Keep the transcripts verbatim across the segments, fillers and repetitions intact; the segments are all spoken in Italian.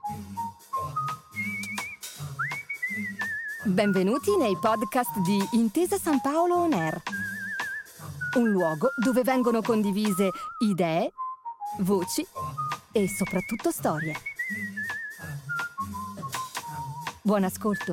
Benvenuti nei podcast di Intesa San Paolo On Air, un luogo dove vengono condivise idee, voci e soprattutto storie. Buon ascolto.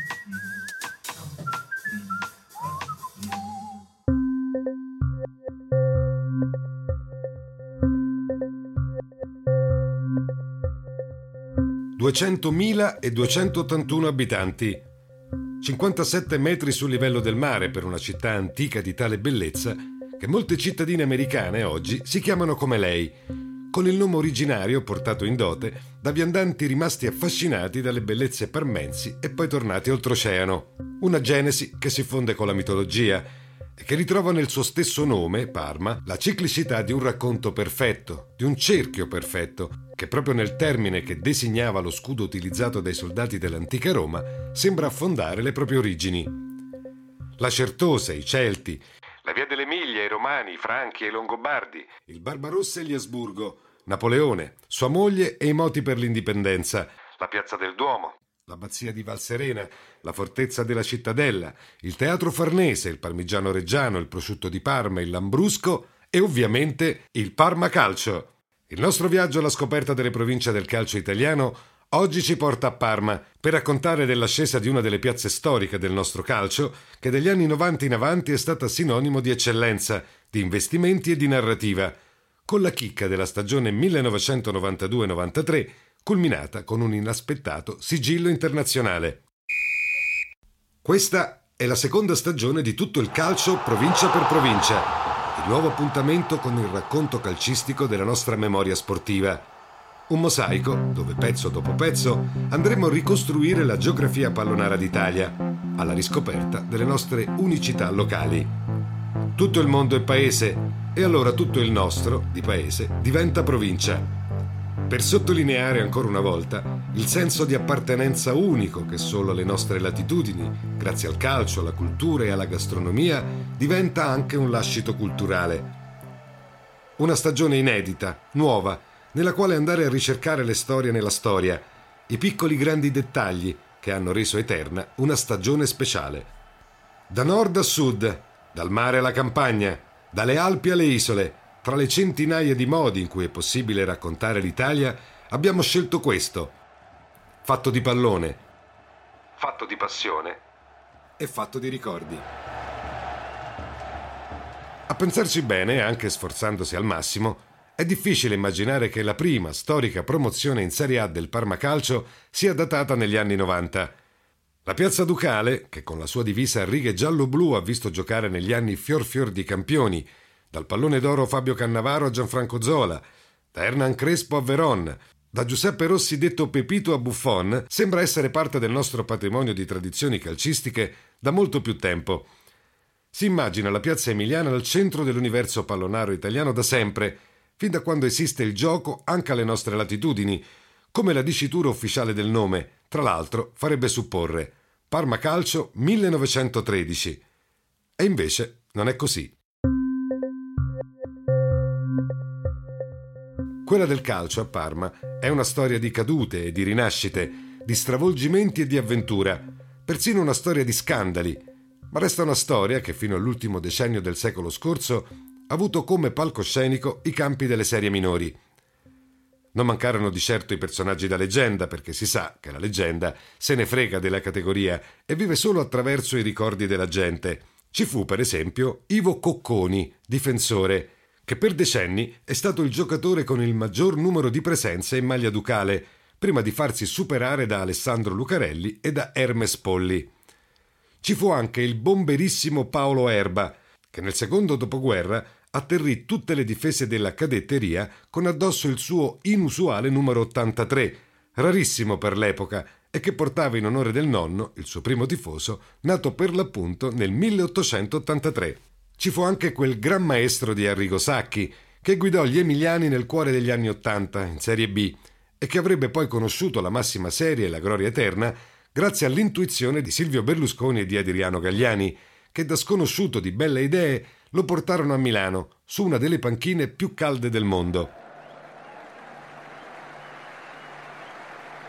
duecentomila e duecentottantuno abitanti, cinquantasette metri sul livello del mare per una città antica di tale bellezza che molte cittadine americane oggi si chiamano come lei, con il nome originario portato in dote da viandanti rimasti affascinati dalle bellezze parmensi e poi tornati oltreoceano. Una genesi che si fonde con la mitologia e che ritrova nel suo stesso nome, Parma, la ciclicità di un racconto perfetto, di un cerchio perfetto, che proprio nel termine che designava lo scudo utilizzato dai soldati dell'antica Roma sembra affondare le proprie origini. La Certosa, i Celti, la Via dell'Emilia, i Romani, i Franchi e i Longobardi, il Barbarossa e gli Asburgo, Napoleone, sua moglie e i moti per l'indipendenza, la Piazza del Duomo, l'abbazia di Valserena, la fortezza della Cittadella, il Teatro Farnese, il Parmigiano Reggiano, il prosciutto di Parma, il Lambrusco e ovviamente il Parma Calcio. Il nostro viaggio alla scoperta delle province del calcio italiano oggi ci porta a Parma per raccontare dell'ascesa di una delle piazze storiche del nostro calcio che dagli anni novanta in avanti è stata sinonimo di eccellenza, di investimenti e di narrativa, con la chicca della stagione millenovecentonovantadue novantatré culminata con un inaspettato sigillo internazionale. Questa è la seconda stagione di Tutto il calcio provincia per provincia, il nuovo appuntamento con il racconto calcistico della nostra memoria sportiva. Un mosaico dove pezzo dopo pezzo andremo a ricostruire la geografia pallonara d'Italia, alla riscoperta delle nostre unicità locali. Tutto il mondo è paese e allora tutto il nostro, di paese, diventa provincia. Per sottolineare ancora una volta il senso di appartenenza unico che solo alle nostre latitudini, grazie al calcio, alla cultura e alla gastronomia, diventa anche un lascito culturale. Una stagione inedita, nuova, nella quale andare a ricercare le storie nella storia, i piccoli grandi dettagli che hanno reso eterna una stagione speciale. Da nord a sud, dal mare alla campagna, dalle Alpi alle isole, tra le centinaia di modi in cui è possibile raccontare l'Italia, abbiamo scelto questo, fatto di pallone, fatto di passione e fatto di ricordi. A pensarci bene, anche sforzandosi al massimo, è difficile immaginare che la prima storica promozione in Serie A del Parma Calcio sia datata negli anni novanta. La Piazza Ducale, che con la sua divisa a righe giallo-blu ha visto giocare negli anni fior fior di campioni, dal pallone d'oro Fabio Cannavaro a Gianfranco Zola, da Hernan Crespo a Veron, da Giuseppe Rossi detto Pepito a Buffon, sembra essere parte del nostro patrimonio di tradizioni calcistiche da molto più tempo. Si immagina la piazza emiliana al centro dell'universo pallonaro italiano da sempre, fin da quando esiste il gioco anche alle nostre latitudini, come la dicitura ufficiale del nome, tra l'altro, farebbe supporre Parma Calcio millenovecentotredici. E invece non è così. Quella del calcio a Parma è una storia di cadute e di rinascite, di stravolgimenti e di avventura, persino una storia di scandali, ma resta una storia che fino all'ultimo decennio del secolo scorso ha avuto come palcoscenico i campi delle serie minori. Non mancarono di certo i personaggi da leggenda, perché si sa che la leggenda se ne frega della categoria e vive solo attraverso i ricordi della gente. Ci fu, per esempio, Ivo Cocconi, difensore, che per decenni è stato il giocatore con il maggior numero di presenze in maglia ducale, prima di farsi superare da Alessandro Lucarelli e da Hermes Polli. Ci fu anche il bomberissimo Paolo Erba, che nel secondo dopoguerra atterrì tutte le difese della cadetteria con addosso il suo inusuale numero ottantatré, rarissimo per l'epoca, e che portava in onore del nonno, il suo primo tifoso, nato per l'appunto nel milleottocentottantatré. Ci fu anche quel gran maestro di Arrigo Sacchi, che guidò gli emiliani nel cuore degli anni Ottanta in Serie B e che avrebbe poi conosciuto la massima serie e la gloria eterna grazie all'intuizione di Silvio Berlusconi e di Adriano Galliani, che da sconosciuto di belle idee lo portarono a Milano, su una delle panchine più calde del mondo.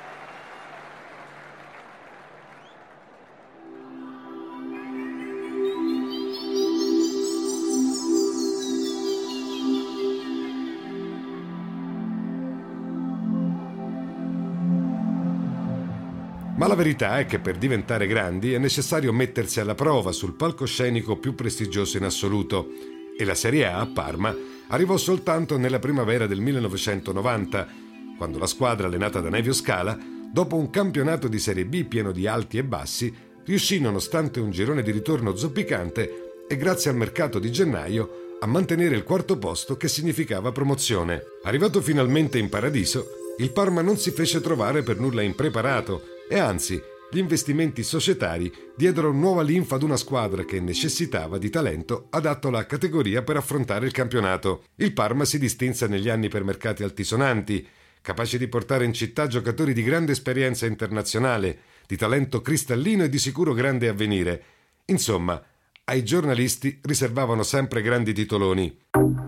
Ma la verità è che per diventare grandi è necessario mettersi alla prova sul palcoscenico più prestigioso in assoluto, e la Serie A a Parma arrivò soltanto nella primavera del millenovecentonovanta, quando la squadra allenata da Nevio Scala, dopo un campionato di Serie B pieno di alti e bassi, riuscì, nonostante un girone di ritorno zoppicante e grazie al mercato di gennaio, a mantenere il quarto posto, che significava promozione. Arrivato finalmente in paradiso, il Parma non si fece trovare per nulla impreparato e anzi, gli investimenti societari diedero nuova linfa ad una squadra che necessitava di talento adatto alla categoria per affrontare il campionato. Il Parma si distinse negli anni per mercati altisonanti, capaci di portare in città giocatori di grande esperienza internazionale, di talento cristallino e di sicuro grande avvenire. Insomma, ai giornalisti riservavano sempre grandi titoloni.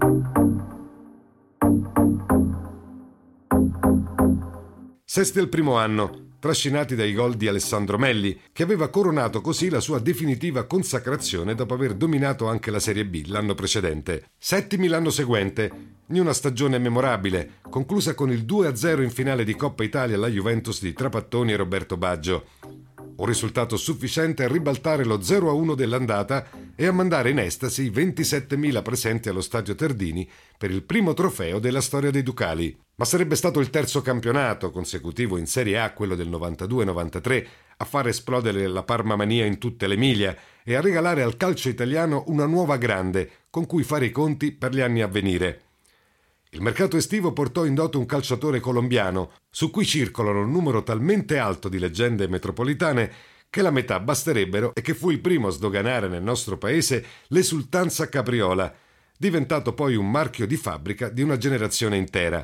Sesti al primo anno, trascinati dai gol di Alessandro Melli, che aveva coronato così la sua definitiva consacrazione dopo aver dominato anche la Serie B l'anno precedente. Settimi l'anno seguente, in una stagione memorabile, conclusa con il due a zero in finale di Coppa Italia alla Juventus di Trapattoni e Roberto Baggio. Un risultato sufficiente a ribaltare lo zero a uno dell'andata e a mandare in estasi i ventisettemila presenti allo Stadio Tardini per il primo trofeo della storia dei Ducali. Ma sarebbe stato il terzo campionato consecutivo in Serie A, quello del novantadue novantatré, a far esplodere la Parmamania in tutte le miglia e a regalare al calcio italiano una nuova grande con cui fare i conti per gli anni a venire. Il mercato estivo portò in dote un calciatore colombiano, su cui circolano un numero talmente alto di leggende metropolitane che la metà basterebbero, e che fu il primo a sdoganare nel nostro paese l'esultanza capriola, diventato poi un marchio di fabbrica di una generazione intera.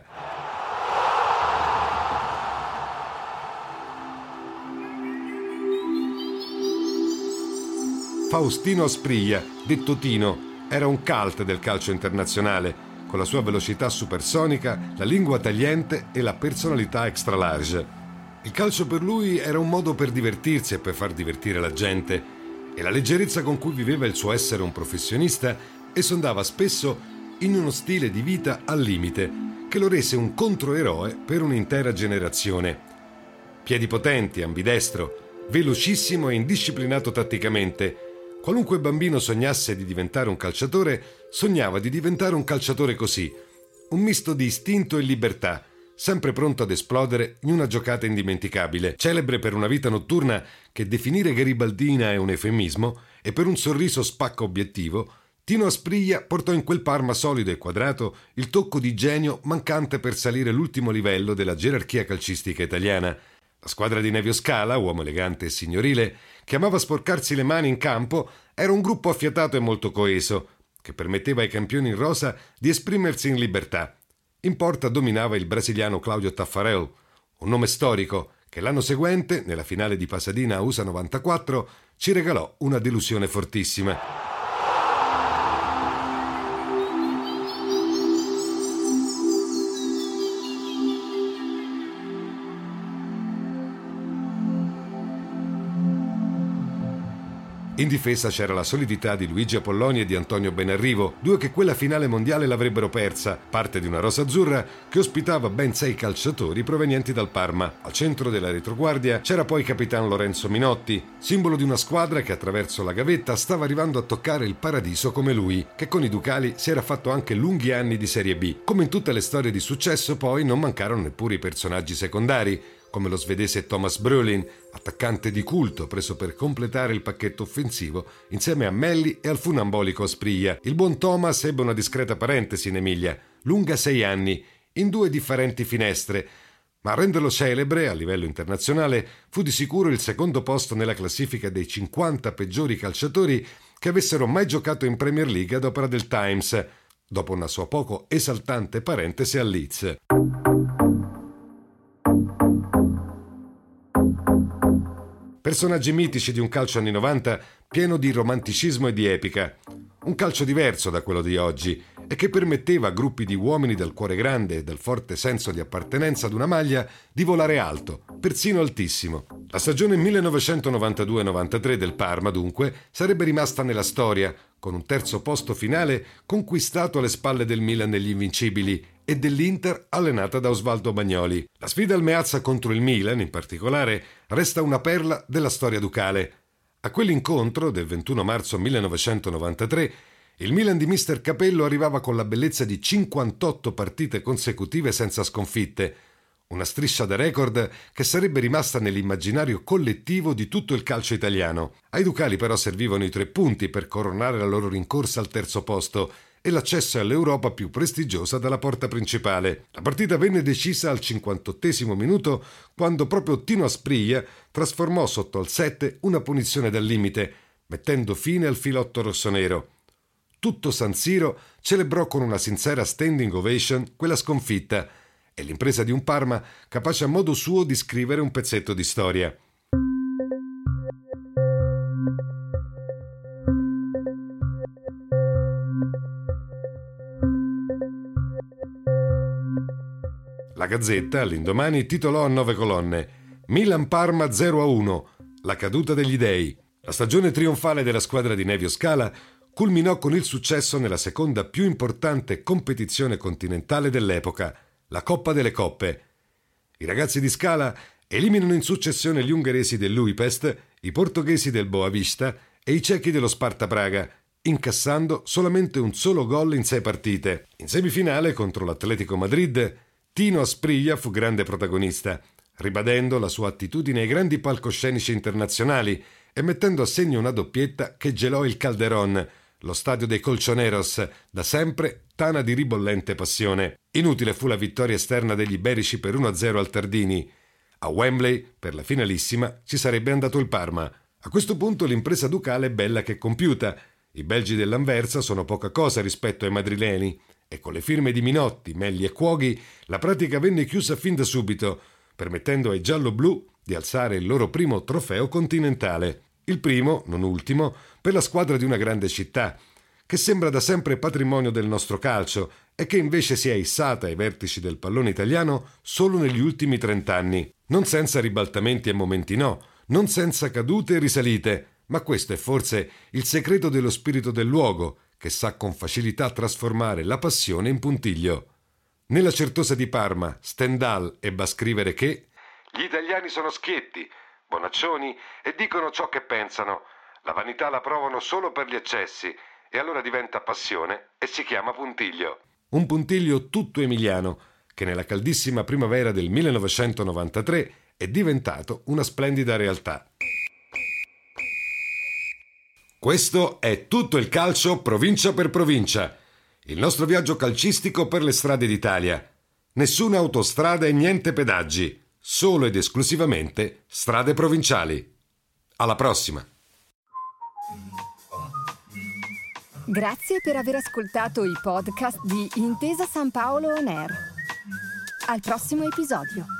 Faustino Asprilla, detto Tino, era un cult del calcio internazionale, con la sua velocità supersonica, la lingua tagliente e la personalità extra large. Il calcio per lui era un modo per divertirsi e per far divertire la gente, e la leggerezza con cui viveva il suo essere un professionista esondava spesso in uno stile di vita al limite che lo rese un controeroe per un'intera generazione. Piedi potenti, ambidestro, velocissimo e indisciplinato tatticamente, qualunque bambino sognasse di diventare un calciatore, sognava di diventare un calciatore così, un misto di istinto e libertà, sempre pronto ad esplodere in una giocata indimenticabile. Celebre per una vita notturna che definire garibaldina è un eufemismo, e per un sorriso spacca obiettivo, Tino Asprilla portò in quel Parma solido e quadrato il tocco di genio mancante per salire l'ultimo livello della gerarchia calcistica italiana. La squadra di Nevio Scala, uomo elegante e signorile, che amava sporcarsi le mani in campo, era un gruppo affiatato e molto coeso, che permetteva ai campioni in rosa di esprimersi in libertà. In porta dominava il brasiliano Claudio Taffarel, un nome storico che l'anno seguente, nella finale di Pasadena U S A novantaquattro, ci regalò una delusione fortissima. In difesa c'era la solidità di Luigi Apolloni e di Antonio Benarrivo, due che quella finale mondiale l'avrebbero persa, parte di una rosa azzurra che ospitava ben sei calciatori provenienti dal Parma. Al centro della retroguardia c'era poi capitan Lorenzo Minotti, simbolo di una squadra che attraverso la gavetta stava arrivando a toccare il paradiso come lui, che con i Ducali si era fatto anche lunghi anni di Serie B. Come in tutte le storie di successo, poi non mancarono neppure i personaggi secondari, come lo svedese Thomas Brolin, attaccante di culto preso per completare il pacchetto offensivo insieme a Melli e al funambolico Asprilla. Il buon Thomas ebbe una discreta parentesi in Emilia, lunga sei anni, in due differenti finestre, ma a renderlo celebre a livello internazionale fu di sicuro il secondo posto nella classifica dei cinquanta peggiori calciatori che avessero mai giocato in Premier League ad opera del Times, dopo una sua poco esaltante parentesi a Leeds. Personaggi mitici di un calcio anni novanta pieno di romanticismo e di epica. Un calcio diverso da quello di oggi e che permetteva a gruppi di uomini dal cuore grande e dal forte senso di appartenenza ad una maglia di volare alto, persino altissimo. La stagione millenovecentonovantadue novantatré del Parma, dunque, sarebbe rimasta nella storia, con un terzo posto finale conquistato alle spalle del Milan negli Invincibili e dell'Inter allenata da Osvaldo Bagnoli. La sfida al Meazza contro il Milan, in particolare, resta una perla della storia ducale. A quell'incontro del ventuno marzo millenovecentonovantatré il Milan di mister Capello arrivava con la bellezza di cinquantotto partite consecutive senza sconfitte, una striscia da record che sarebbe rimasta nell'immaginario collettivo di tutto il calcio italiano. Ai ducali però servivano i tre punti per coronare la loro rincorsa al terzo posto e l'accesso all'Europa più prestigiosa dalla porta principale. La partita venne decisa al cinquantottesimo minuto, quando proprio Tino Asprilla trasformò sotto al sette una punizione dal limite, mettendo fine al filotto rossonero. Tutto San Siro celebrò con una sincera standing ovation quella sconfitta e l'impresa di un Parma capace a modo suo di scrivere un pezzetto di storia. La Gazzetta, all'indomani, titolò a nove colonne: Milan-Parma zero a uno, la caduta degli dei. La stagione trionfale della squadra di Nevio Scala culminò con il successo nella seconda più importante competizione continentale dell'epoca, la Coppa delle Coppe. I ragazzi di Scala eliminano in successione gli ungheresi dell'Újpest, i portoghesi del Boavista e i cechi dello Sparta Praga, incassando solamente un solo gol in sei partite. In semifinale contro l'Atletico Madrid, Tino Asprilla fu grande protagonista, ribadendo la sua attitudine ai grandi palcoscenici internazionali e mettendo a segno una doppietta che gelò il Calderón, lo stadio dei Colchoneros, da sempre tana di ribollente passione. Inutile fu la vittoria esterna degli iberici per uno a zero al Tardini. A Wembley, per la finalissima, ci sarebbe andato il Parma. A questo punto l'impresa ducale è bella che compiuta. I belgi dell'Anversa sono poca cosa rispetto ai madrileni e con le firme di Minotti, Melli e Cuoghi la pratica venne chiusa fin da subito, permettendo ai giallo-blu di alzare il loro primo trofeo continentale. Il primo, non ultimo, per la squadra di una grande città, che sembra da sempre patrimonio del nostro calcio e che invece si è issata ai vertici del pallone italiano solo negli ultimi trent'anni. Non senza ribaltamenti e momenti no, non senza cadute e risalite, ma questo è forse il segreto dello spirito del luogo, che sa con facilità trasformare la passione in puntiglio. Nella Certosa di Parma, Stendhal ebbe a scrivere che «Gli italiani sono schietti, bonaccioni e dicono ciò che pensano. La vanità la provano solo per gli eccessi e allora diventa passione e si chiama puntiglio». Un puntiglio tutto emiliano che nella caldissima primavera del millenovecentonovantatré è diventato una splendida realtà. Questo è Tutto il calcio provincia per provincia, il nostro viaggio calcistico per le strade d'Italia. Nessuna autostrada e niente pedaggi, solo ed esclusivamente strade provinciali. Alla prossima! Grazie per aver ascoltato i podcast di Intesa San Paolo On Air. Al prossimo episodio.